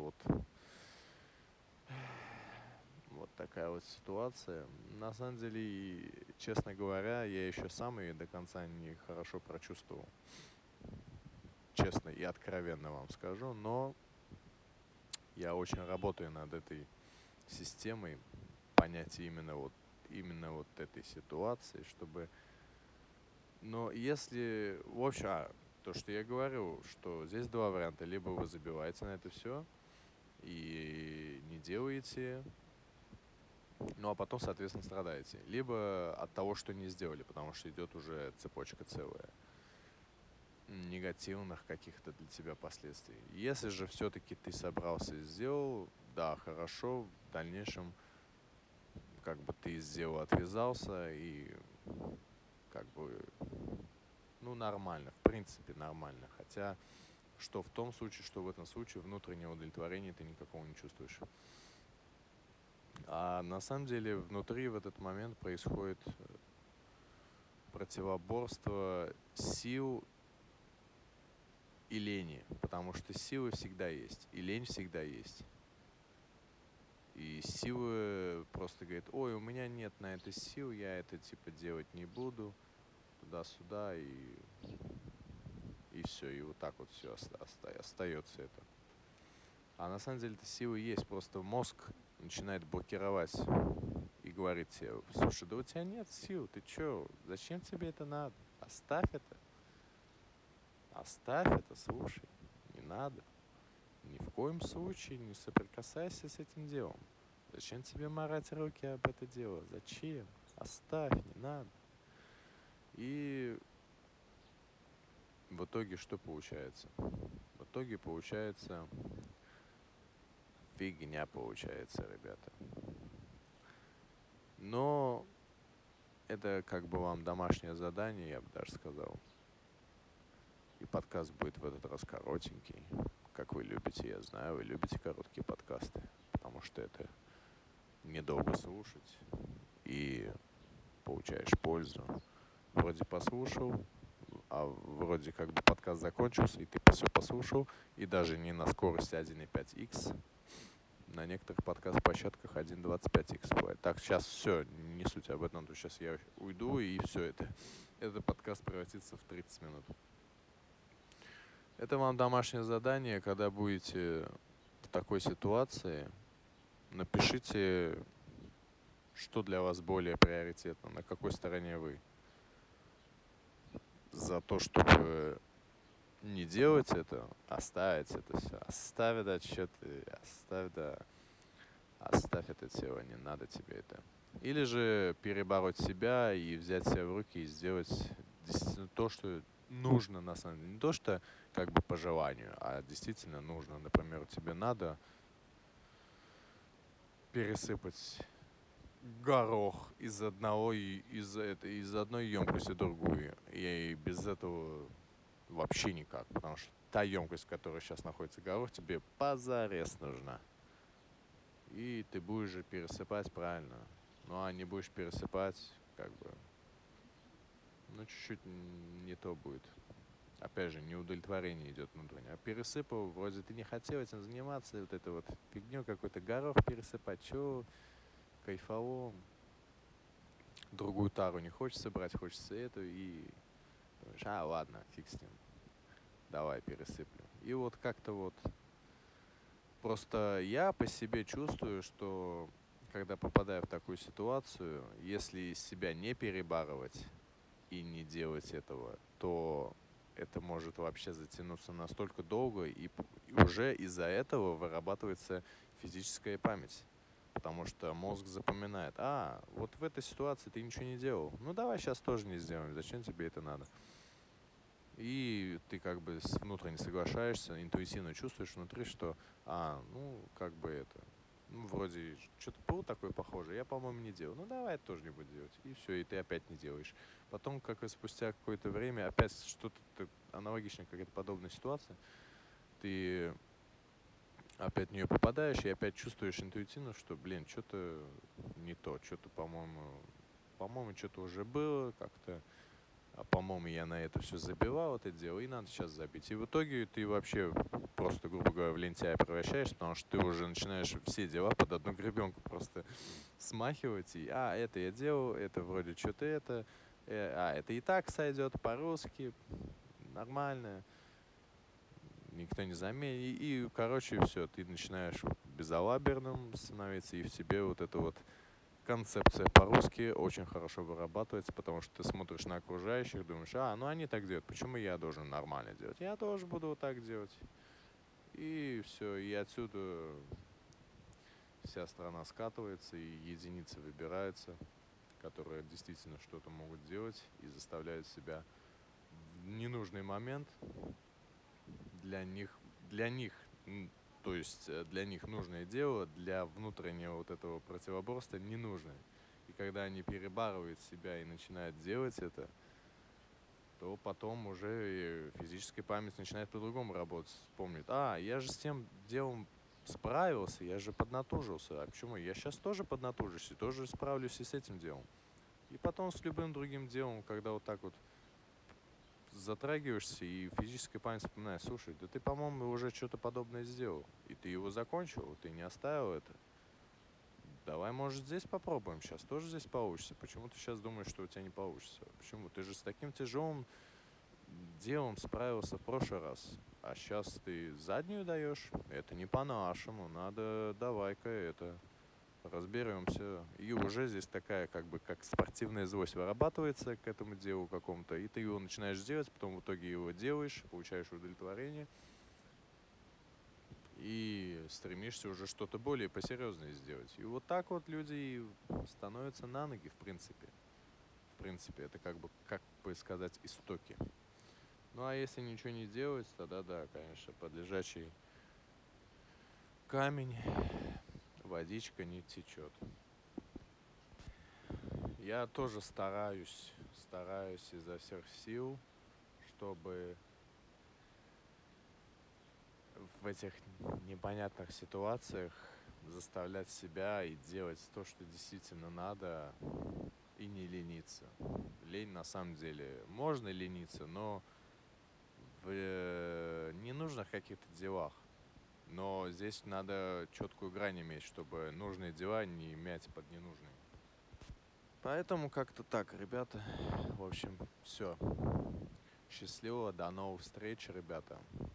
вот такая вот ситуация. На самом деле, и, честно говоря, я еще сам ее до конца не хорошо прочувствовал. Честно и откровенно вам скажу, но я очень работаю над этой системой понятия именно вот этой ситуации, чтобы... Но если... В общем, то, что я говорю, что здесь два варианта. Либо вы забиваете на это все и не делаете, ну а потом, соответственно, страдаете. Либо от того, что не сделали, потому что идет уже цепочка целая негативных каких-то для тебя последствий. Если же все-таки ты собрался и сделал, да, хорошо, в дальнейшем как бы ты из дела отвязался и как бы, ну, нормально, в принципе, нормально. Хотя, что в том случае, что в этом случае внутреннего удовлетворения ты никакого не чувствуешь. А на самом деле внутри в этот момент происходит противоборство сил и лени, потому что силы всегда есть, и лень всегда есть. И силы просто говорят: ой, у меня нет на это сил, я это типа делать не буду, туда-сюда, и все, и вот так вот все остается это. А на самом деле это силы есть, просто мозг начинает блокировать и говорит тебе: слушай, да у тебя нет сил, ты чё, зачем тебе это надо? Оставь это, слушай, не надо. Ни в коем случае не соприкасайся с этим делом. Зачем тебе марать руки об это дело? Зачем? Оставь, не надо. И в итоге что получается? В итоге получается фигня получается, ребята. Но это как бы вам домашнее задание, я бы даже сказал. И подкаст будет в этот раз коротенький. Как вы любите, я знаю, вы любите короткие подкасты. Потому что это недолго слушать. И получаешь пользу. Вроде послушал, а вроде как бы подкаст закончился, и ты все послушал, и даже не на скорости 1.5х. На некоторых подкаст-площадках 1.25х бывает. Так, сейчас все, не суть об этом, то сейчас я уйду, и все этот подкаст превратится в 30 минут. Это вам домашнее задание, когда будете в такой ситуации, напишите, что для вас более приоритетно, на какой стороне вы. За то, чтобы не делать это, оставить это все. Оставь отчеты, оставь это тело, не надо тебе это. Или же перебороть себя и взять себя в руки и сделать действительно то, что нужно на самом деле. Не то, что как бы по желанию, а действительно нужно. Например, тебе надо пересыпать горох из одной емкости в другую. И без этого вообще никак. Потому что та емкость, в которой сейчас находится горох, тебе позарез нужна. И ты будешь же пересыпать правильно. Ну а не будешь пересыпать, как бы, ну чуть-чуть не то будет. опять же, неудовлетворение идет внутреннее. А пересыпал, вроде ты не хотел этим заниматься, вот это вот фигню какой-то горох пересыпать, чё, кайфово, другую тару не хочется брать, хочется эту, и думаешь, ладно, фиг с ним, давай пересыплю. И вот как-то вот, просто я по себе чувствую, что когда попадаю в такую ситуацию, если из себя не перебарывать и не делать этого, то это может вообще затянуться настолько долго, и уже из-за этого вырабатывается физическая память. Потому что мозг запоминает, вот в этой ситуации ты ничего не делал. Ну давай сейчас тоже не сделаем, зачем тебе это надо? И ты как бы внутренне соглашаешься, интуитивно чувствуешь внутри, что, как бы это, вроде что-то было такое похожее, я, по-моему, не делал. Ну, давай это тоже не буду делать. И все, и ты опять не делаешь. Потом, как и спустя какое-то время, опять что-то аналогичное, какая-то подобная ситуация, ты опять в нее попадаешь и опять чувствуешь интуитивно, что, блин, что-то не то, что-то, по-моему, что-то уже было как-то. По-моему, я на это все забивал, это дело, и надо сейчас забить. И в итоге ты вообще просто, грубо говоря, в лентяя превращаешься, потому что ты уже начинаешь все дела под одну гребенку просто смахивать. И, это я делал, это вроде что-то это и так сойдет по-русски, нормально, никто не заметит. Короче, все, ты начинаешь безалаберным становиться, и в тебе вот это вот концепция по-русски очень хорошо вырабатывается, потому что ты смотришь на окружающих, думаешь, ну они так делают, почему я должен нормально делать? Я тоже буду вот так делать. И все, и отсюда вся страна скатывается, и единицы выбираются, которые действительно что-то могут делать и заставляют себя в ненужный момент для них, то есть для них нужное дело, для внутреннего вот этого противоборства ненужное. И когда они перебарывают себя и начинают делать это, то потом уже и физическая память начинает по-другому работать. Помнит, я же с тем делом справился, я же поднатужился. А почему? Я сейчас тоже поднатужусь и тоже справлюсь и с этим делом. И потом с любым другим делом, когда вот так вот затрагиваешься, и физическая память вспоминает, слушай, да ты, по-моему, уже что-то подобное сделал, и ты его закончил, ты не оставил это. Давай, может, здесь попробуем, сейчас тоже здесь получится. Почему ты сейчас думаешь, что у тебя не получится? Почему? Ты же с таким тяжелым делом справился в прошлый раз, а сейчас ты заднюю даешь? Это не по-нашему, надо, давай-ка это, разберемся. И уже здесь такая, как бы, как спортивная злость вырабатывается к этому делу какому-то, и ты его начинаешь делать, потом в итоге его делаешь, получаешь удовлетворение, и стремишься уже что-то более посерьезное сделать. И вот так вот люди становятся на ноги, в принципе. В принципе, это как бы сказать, истоки. Ну а если ничего не делать, тогда да, конечно, под лежачий камень водичка не течет. Я тоже стараюсь изо всех сил, чтобы в этих непонятных ситуациях заставлять себя и делать то, что действительно надо, и не лениться. Лень на самом деле можно лениться, но в ненужных каких-то делах. Но здесь надо четкую грань иметь, чтобы нужные дела не мять под ненужные. Поэтому как-то так, ребята. В общем, все. Счастливо, до новых встреч, ребята.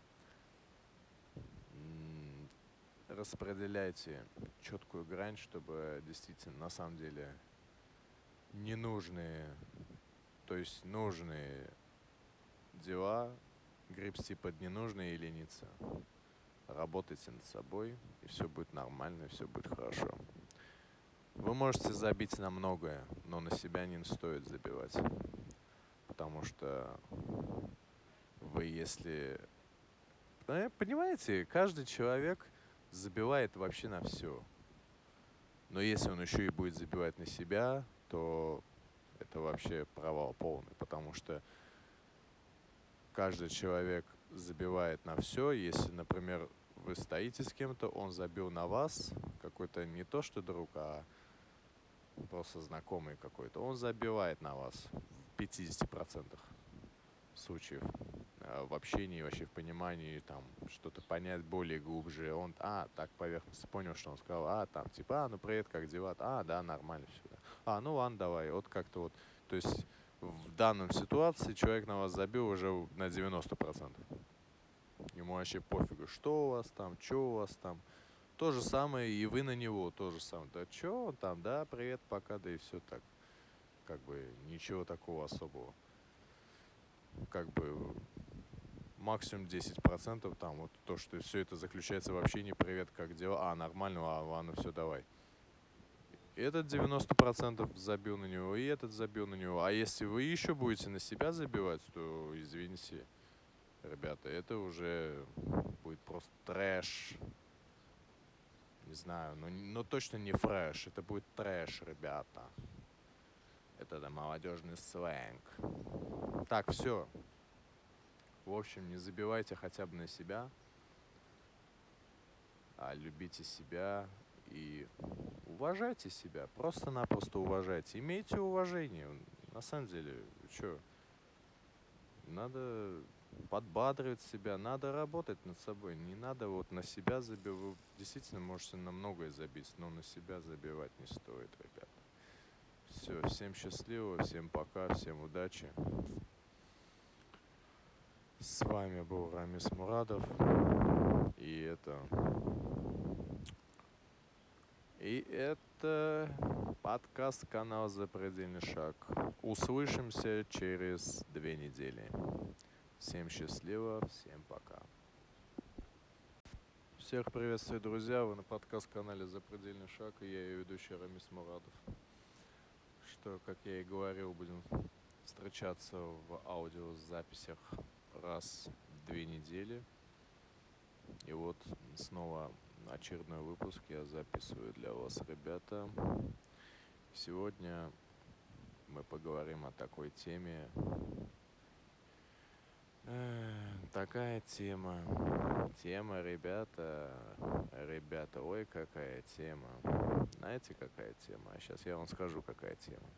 Распределяйте четкую грань, чтобы действительно на самом деле ненужные, то есть нужные дела гребсти под ненужные и лениться. Работайте над собой, и все будет нормально, и все будет хорошо. Вы можете забить на многое, но на себя не стоит забивать. Потому что вы, если... Понимаете, каждый человек забивает вообще на все. Но если он еще и будет забивать на себя, то это вообще провал полный. Потому что каждый человек забивает на все. Если, например, вы стоите с кем-то, он забил на вас, какой-то не то что друг, а просто знакомый какой-то, он забивает на вас в 50%. случаев в общении, вообще в понимании, там, что-то понять более глубже. Он, так поверхностно понял, что он сказал, там, типа, ну, привет, как дела? Да, нормально все. Да. Ну, ладно, давай, вот как-то вот. То есть в данном ситуации человек на вас забил уже на 90%. Ему вообще пофигу, что у вас там, что у вас там. То же самое и вы на него, то же самое. Да что он там, да, привет, пока, да и все так. Как бы ничего такого особого. Как бы максимум 10% там вот то, что все это заключается в общении, привет, как дела, нормально, ладно, все, давай. И этот 90% забил на него, и этот забил на него. А если вы еще будете на себя забивать, то, извините, ребята, это уже будет просто трэш. Не знаю, но точно не фреш, это будет трэш, ребята. Это да, молодежный сленг. Так, все. В общем, не забивайте хотя бы на себя, а любите себя и уважайте себя. Просто-напросто уважайте. Имейте уважение. На самом деле, что, надо подбадривать себя, надо работать над собой. Не надо вот на себя забивать. Вы действительно можете на многое забить, но на себя забивать не стоит, ребята. Все, всем счастливо, всем пока, всем удачи. С вами был Рамис Мурадов. И это подкаст канала «Запредельный шаг». Услышимся через 2 недели. Всем счастливо, всем пока. Всех приветствую, друзья. Вы на подкаст-канале «Запредельный шаг», и я ее ведущий Рамис Мурадов. Что, как я и говорил, будем встречаться в аудиозаписях раз в 2 недели. И вот снова очередной выпуск я записываю для вас, ребята. Сегодня мы поговорим о такой теме. Такая тема. Тема, ребята, ой, какая тема. Знаете, какая тема? А сейчас я вам скажу, какая тема.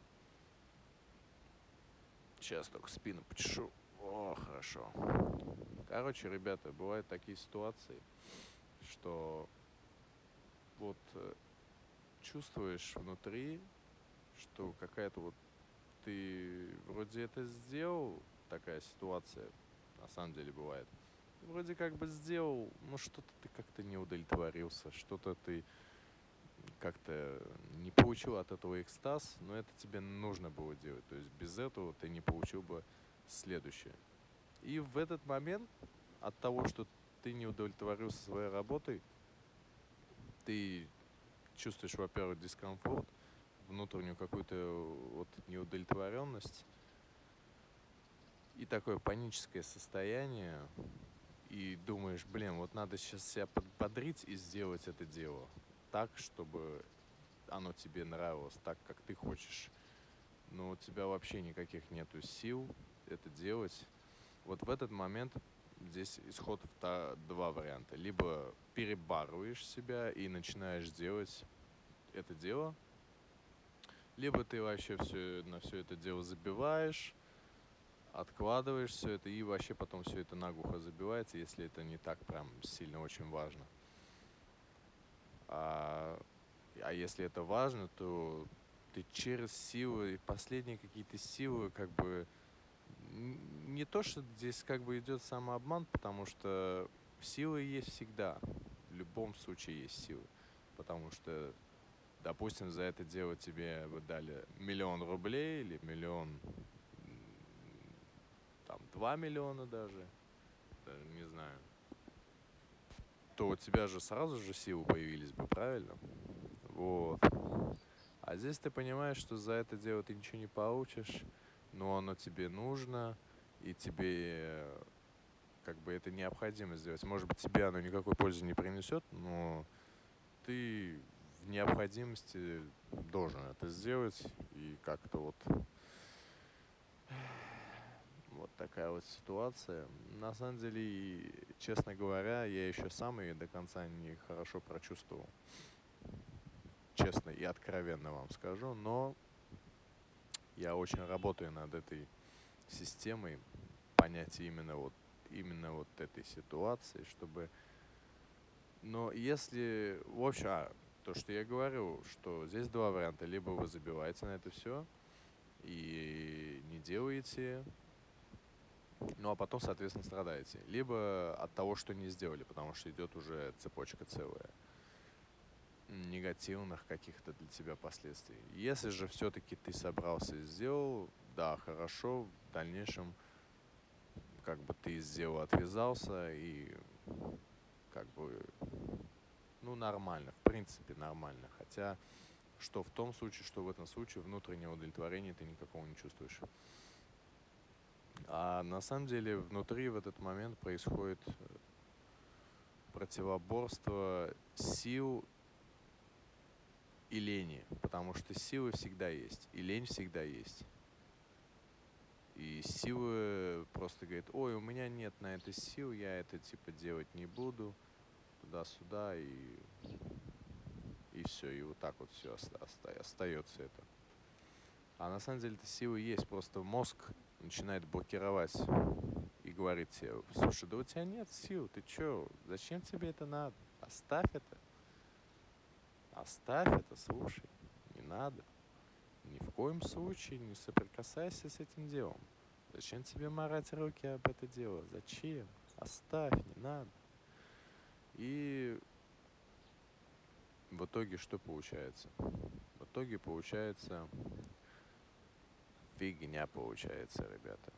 Сейчас только спину почешу. О, хорошо. Короче, ребята, бывают такие ситуации, что вот чувствуешь внутри, что какая-то вот ты вроде это сделал, такая ситуация на самом деле бывает. Ты вроде как бы сделал, но что-то ты как-то не удовлетворился, что-то ты как-то не получил от этого экстаз, но это тебе нужно было делать. То есть без этого ты не получил бы следующее. И в этот момент от того, что ты не удовлетворился своей работой, ты чувствуешь, во-первых, дискомфорт, внутреннюю какую-то вот неудовлетворенность и такое паническое состояние, и думаешь, вот надо сейчас себя подбодрить и сделать это дело так, чтобы оно тебе нравилось, так, как ты хочешь. Но у тебя вообще никаких нету сил это делать. Вот в этот момент здесь исход два варианта. Либо перебарываешь себя и начинаешь делать это дело, либо ты вообще на все это дело забиваешь, откладываешь все это, и вообще потом все это наглухо забивается, если это не так прям сильно очень важно. А если это важно, то ты через силы, последние какие-то силы, как бы не то, что здесь как бы идет самообман, потому что силы есть всегда. В любом случае есть силы. Потому что, допустим, за это дело тебе бы дали 1 000 000 рублей или там 2 миллиона даже не знаю, то у тебя же сразу же силы появились бы, правильно? Вот. А здесь ты понимаешь, что за это дело ты ничего не получишь, но оно тебе нужно, и тебе как бы это необходимо сделать. Может быть, тебе оно никакой пользы не принесет, но ты в необходимости должен это сделать, и как-то вот такая вот ситуация. На самом деле, честно говоря, я еще сам ее до конца не хорошо прочувствовал. Честно и откровенно вам скажу, но я очень работаю над этой системой. понятие именно вот этой ситуации, чтобы... Но если... В общем, то, что я говорю, что здесь два варианта. Либо вы забиваете на это все и не делаете, ну а потом, соответственно, страдаете. Либо от того, что не сделали, потому что идет уже цепочка целая негативных каких-то для тебя последствий. Если же все-таки ты собрался и сделал, да, хорошо, в дальнейшем как бы ты из дела отвязался и как бы, ну, нормально, в принципе, нормально. Хотя, что в том случае, что в этом случае внутреннего удовлетворения ты никакого не чувствуешь. А на самом деле внутри в этот момент происходит противоборство сил и лени, потому что силы всегда есть, и лень всегда есть. И силы просто говорит: ой, у меня нет на это сил, я это типа делать не буду, туда-сюда, и все, и вот так вот все остается это. А на самом деле это силы есть, просто мозг начинает блокировать и говорит тебе: слушай, да у тебя нет сил, ты чё, зачем тебе это надо? Оставь это, слушай, не надо. Ни в коем случае не соприкасайся с этим делом. Зачем тебе морать руки об это дело? Зачем? Оставь, не надо. И в итоге что получается? В итоге получается фигня получается, ребята.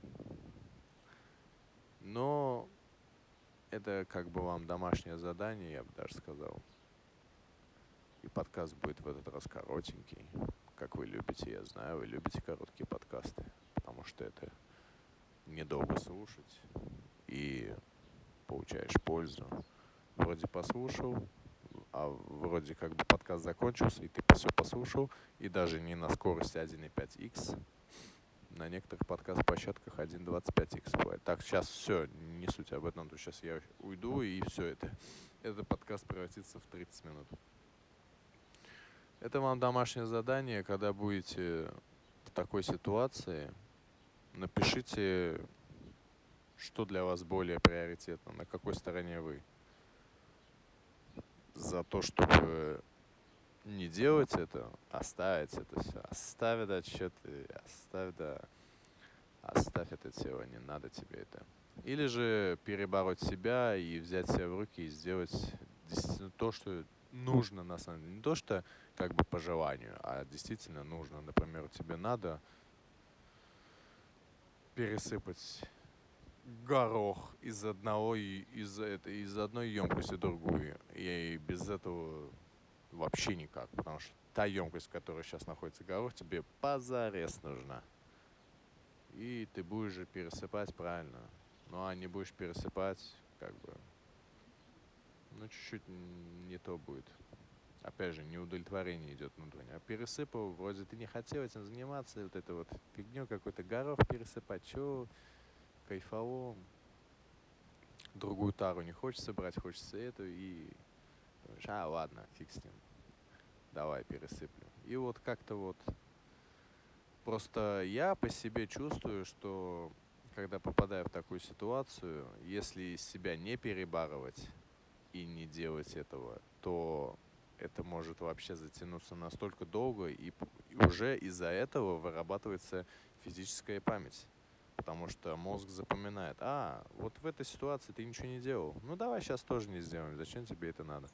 Но это как бы вам домашнее задание, я бы даже сказал. И подкаст будет в этот раз коротенький. Как вы любите, я знаю, вы любите короткие подкасты. Потому что это недолго слушать. И получаешь пользу. Вроде послушал, а вроде как бы подкаст закончился, и ты все послушал, и даже не на скорости 1.5х, на некоторых подкаст-площадках 1.25х бывает. Так, сейчас все, не суть об этом, то сейчас я уйду, и все этот подкаст превратится в 30 минут. Это вам домашнее задание, когда будете в такой ситуации, напишите, что для вас более приоритетно, на какой стороне вы. За то, чтобы не делать это, оставить это все. Оставь отчеты, оставь это тело, не надо тебе это. Или же перебороть себя и взять себя в руки и сделать действительно то, что нужно на самом деле. Не то, что как бы по желанию, а действительно нужно. Например, тебе надо пересыпать горох из из одной емкости в другую. И без этого вообще никак, потому что та емкость, в которой сейчас находится горох, тебе позарез нужна. И ты будешь же пересыпать правильно. Ну а не будешь пересыпать, как бы, ну чуть-чуть не то будет. Опять же, неудовлетворение идет внутреннее. А пересыпал, вроде ты не хотел этим заниматься, вот это вот фигню какой-то горох пересыпать, чё, кайфово. Другую тару не хочется брать, хочется эту, и думаешь: ладно, фиг с ним, давай пересыплю. И вот как-то вот просто я по себе чувствую, что когда попадаю в такую ситуацию, если себя не перебарывать и не делать этого, то это может вообще затянуться настолько долго, и уже из-за этого вырабатывается физическая память. Потому что мозг запоминает: вот в этой ситуации ты ничего не делал, ну давай сейчас тоже не сделаем, зачем тебе это надо?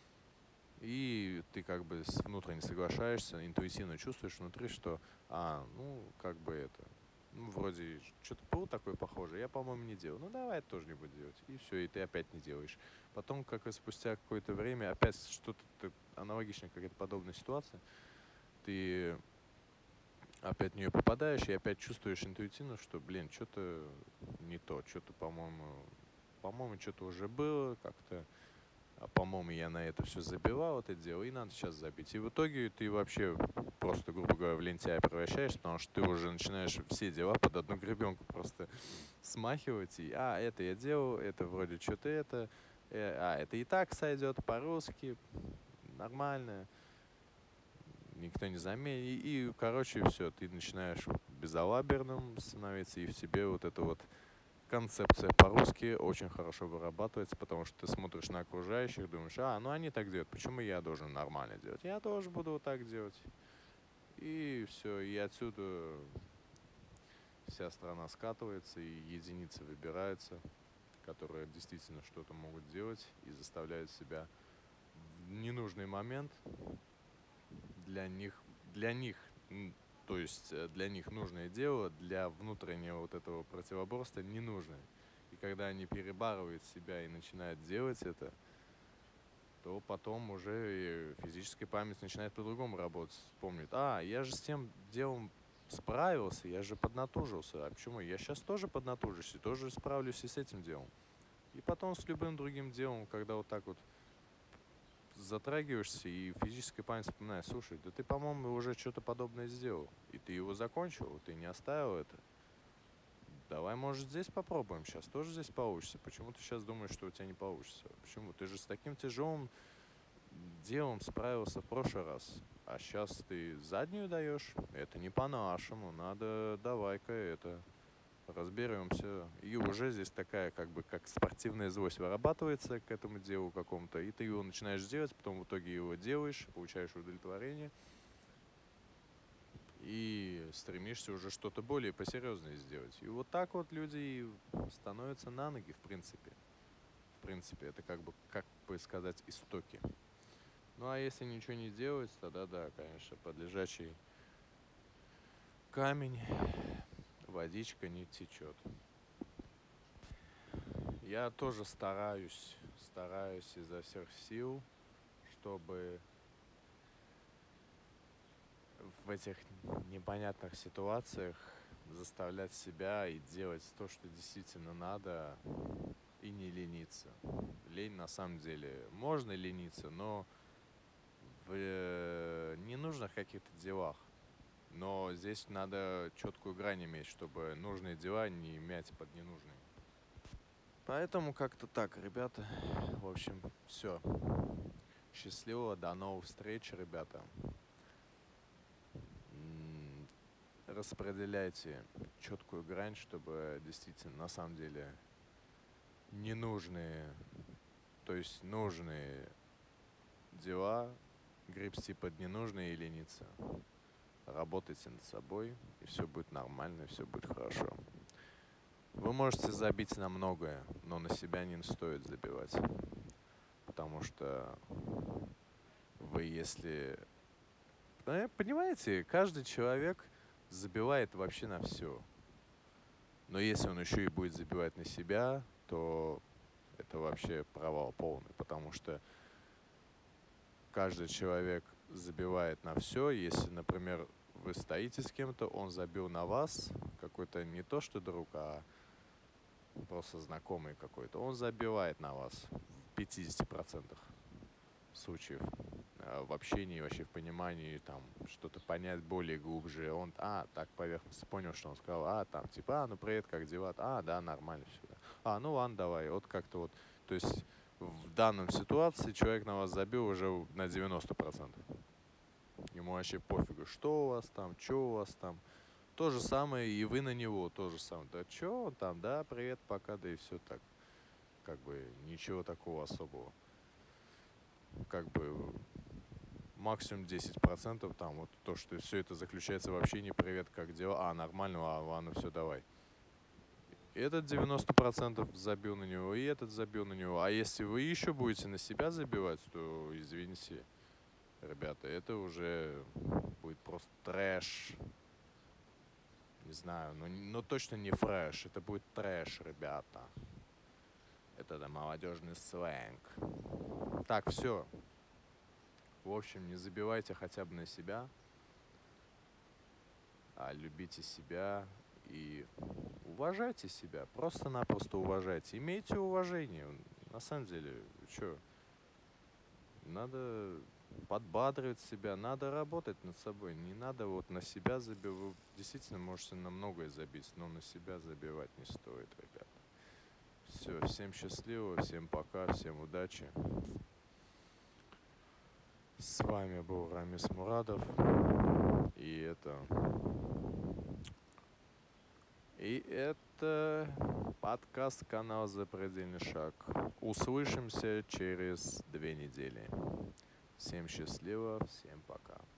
И ты как бы внутренне соглашаешься, интуитивно чувствуешь внутри, что, ну, как бы это, ну, вроде что-то было такое похожее, я, по-моему, не делал. Ну, давай это тоже не буду делать. И все, и ты опять не делаешь. Потом, как и спустя какое-то время, опять что-то аналогичное, какая-то подобная ситуация, ты опять в нее попадаешь и опять чувствуешь интуитивно, что, блин, что-то не то, что-то, по-моему, что-то уже было как-то. По-моему, я на это все забивал, это дело, и надо сейчас забить. И в итоге ты вообще просто, грубо говоря, в лентяя превращаешься, потому что ты уже начинаешь все дела под одну гребенку просто смахивать. И, это я делал, это вроде что-то это и так сойдет по-русски, нормально, никто не заметит. Короче, все, ты начинаешь безалаберным становиться, и в тебе вот это вот концепция по-русски очень хорошо вырабатывается, потому что ты смотришь на окружающих, думаешь, ну они так делают, почему я должен нормально делать? Я тоже буду вот так делать. И все, и отсюда вся страна скатывается, и единицы выбираются, которые действительно что-то могут делать и заставляют себя в ненужный момент для них, то есть для них нужное дело, для внутреннего вот этого противоборства не нужно. И когда они перебарывают себя и начинают делать это, то потом уже и физическая память начинает по-другому работать. Помнит, я же с тем делом справился, я же поднатужился. А почему? Я сейчас тоже поднатужусь и тоже справлюсь и с этим делом. И потом с любым другим делом, когда вот так вот затрагиваешься, и физическая память вспоминает, слушай, да ты, по-моему, уже что-то подобное сделал, и ты его закончил, ты не оставил это. Давай, может, здесь попробуем, сейчас тоже здесь получится. Почему ты сейчас думаешь, что у тебя не получится? Почему? Ты же с таким тяжелым делом справился в прошлый раз, а сейчас ты заднюю даешь? Это не по-нашему, надо, давай-ка это, разберемся. И уже здесь такая, как спортивная злость вырабатывается к этому делу какому-то, и ты его начинаешь делать, потом в итоге его делаешь, получаешь удовлетворение, и стремишься уже что-то более посерьезное сделать. И вот так вот люди становятся на ноги, в принципе. В принципе, это как бы сказать, истоки. Ну а если ничего не делать, тогда да, конечно, под лежачий камень водичка не течет. Я тоже стараюсь изо всех сил, чтобы в этих непонятных ситуациях заставлять себя и делать то, что действительно надо, и не лениться. Лень на самом деле можно лениться, но в ненужных каких-то делах. Но здесь надо четкую грань иметь, чтобы нужные дела не мять под ненужные. Поэтому как-то так, ребята. В общем, все. Счастливо, до новых встреч, ребята. Распределяйте четкую грань, чтобы действительно, на самом деле, ненужные, то есть нужные дела гребсти под ненужные и лениться. Работайте над собой, и все будет нормально, и все будет хорошо. Вы можете забить на многое, но на себя не стоит забивать. Потому что вы, если... Понимаете, каждый человек забивает вообще на все. Но если он еще и будет забивать на себя, то это вообще провал полный. Потому что каждый человек забивает на все. Если, например, вы стоите с кем-то, он забил на вас, какой-то не то что друг, а просто знакомый какой-то, он забивает на вас в 50% случаев. В общении, вообще в понимании, там, что-то понять более глубже. Он, так поверхностно понял, что он сказал, там, типа, ну привет, как дела? Да, нормально все. Да. Ну ладно, давай. Вот как-то вот, то есть в данном ситуации человек на вас забил уже на 90%. Ему вообще пофигу, что у вас там, что у вас там. То же самое и вы на него, то же самое. Да что он там, да, привет, пока, да и все так. Как бы ничего такого особого. Как бы максимум 10% там вот то, что все это заключается в общении, привет, как дела, нормально, ладно, все, давай. И этот 90% забил на него, и этот забил на него. А если вы еще будете на себя забивать, то, извините, ребята, это уже будет просто трэш. Не знаю, но точно не фреш, это будет трэш, ребята. Это да, молодежный сленг. Так, все. В общем, не забивайте хотя бы на себя, а любите себя и уважайте себя. Просто-напросто уважайте. Имейте уважение. На самом деле, что? Надо подбадривать себя, надо работать над собой. Не надо вот на себя забивать. Вы действительно можете на многое забить, но на себя забивать не стоит, ребята. Все, всем счастливо, всем пока, всем удачи. С вами был Рамис Мурадов. И это Подкаст канал «Запредельный шаг». Услышимся через 2 недели. Всем счастливо, всем пока.